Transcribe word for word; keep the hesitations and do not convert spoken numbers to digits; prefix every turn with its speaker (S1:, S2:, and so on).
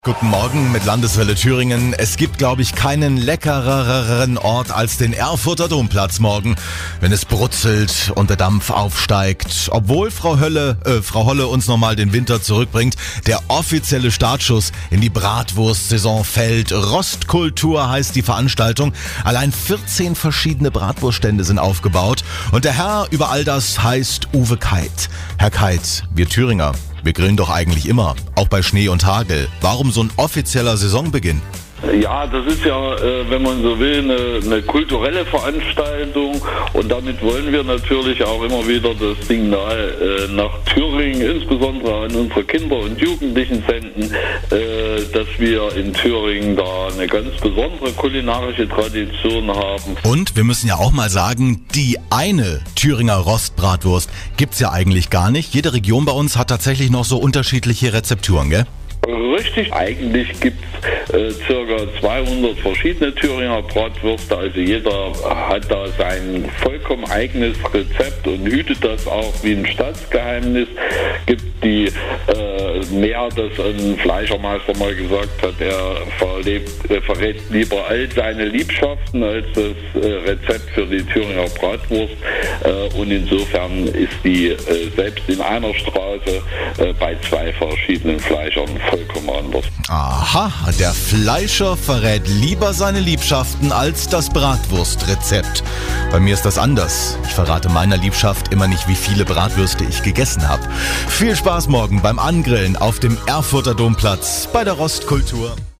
S1: Guten Morgen mit Landeswelle Thüringen. Es gibt, glaube ich, keinen leckereren Ort als den Erfurter Domplatz morgen, wenn es brutzelt und der Dampf aufsteigt. Obwohl Frau Hölle, äh, Frau Holle uns nochmal den Winter zurückbringt, der offizielle Startschuss in die Bratwurstsaison fällt. Rostkultur heißt die Veranstaltung. Allein vierzehn verschiedene Bratwurststände sind aufgebaut. Und der Herr über all das heißt Uwe Keit. Herr Keit, wir Thüringer, wir grillen doch eigentlich immer, auch bei Schnee und Hagel. Warum so ein offizieller Saisonbeginn?
S2: Ja, das ist ja, äh, wenn man so will, eine, eine kulturelle Veranstaltung, und damit wollen wir natürlich auch immer wieder das Signal äh, nach Thüringen, insbesondere an unsere Kinder und Jugendlichen senden, äh, dass wir in Thüringen da eine ganz besondere kulinarische Tradition haben.
S1: Und wir müssen ja auch mal sagen, die eine Thüringer Rostbratwurst gibt's ja eigentlich gar nicht. Jede Region bei uns hat tatsächlich noch so unterschiedliche Rezepturen, gell?
S2: Richtig, eigentlich gibt es äh, circa zweihundert verschiedene Thüringer Bratwürste, also jeder hat da sein vollkommen eigenes Rezept und hütet das auch wie ein Staatsgeheimnis. Gibt die äh, mehr, dass ein Fleischermeister mal gesagt hat, er verlebt, äh, verrät lieber all seine Liebschaften als das äh, Rezept für die Thüringer Bratwurst, äh, und insofern ist die äh, selbst in einer Straße äh, bei zwei verschiedenen Fleischern vollkommen anders.
S1: Aha, der Fleischer verrät lieber seine Liebschaften als das Bratwurstrezept. Bei mir ist das anders. Ich verrate meiner Liebschaft immer nicht, wie viele Bratwürste ich gegessen habe. Viel Spaß morgen beim Angrillen auf dem Erfurter Domplatz bei der Rostkultur.